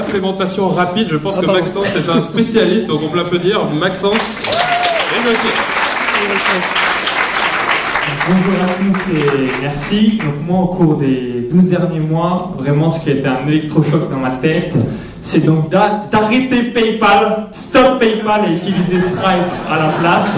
implémentation rapide. Je pense que Maxence est un spécialiste, donc on peut l'applaudir. Maxence et Gauthier. Bonjour à tous et merci. Donc moi, au cours des 12 derniers mois, vraiment ce qui a été un électrochoc dans ma tête, c'est donc d'arrêter PayPal, stop PayPal et utiliser Stripe à la place.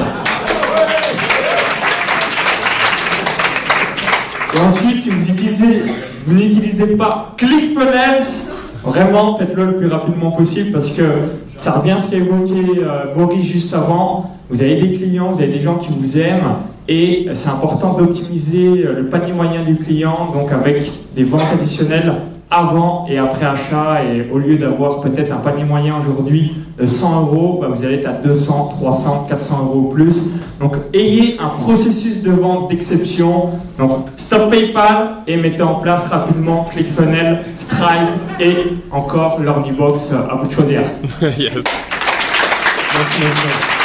Et ensuite, si vous n'utilisez pas ClickFunnels, vraiment faites-le le plus rapidement possible parce que ça revient à ce qu'a évoqué Boris juste avant. Vous avez des clients, vous avez des gens qui vous aiment et c'est important d'optimiser le panier moyen du client, donc avec des ventes additionnelles avant et après achat, et au lieu d'avoir peut-être un panier moyen aujourd'hui de 100 €, bah vous allez être à 200, 300, 400 € plus. Donc ayez un processus de vente d'exception. Donc stop PayPal et mettez en place rapidement ClickFunnels, Stripe et encore LearnyBox. À vous de choisir. Yes. Merci.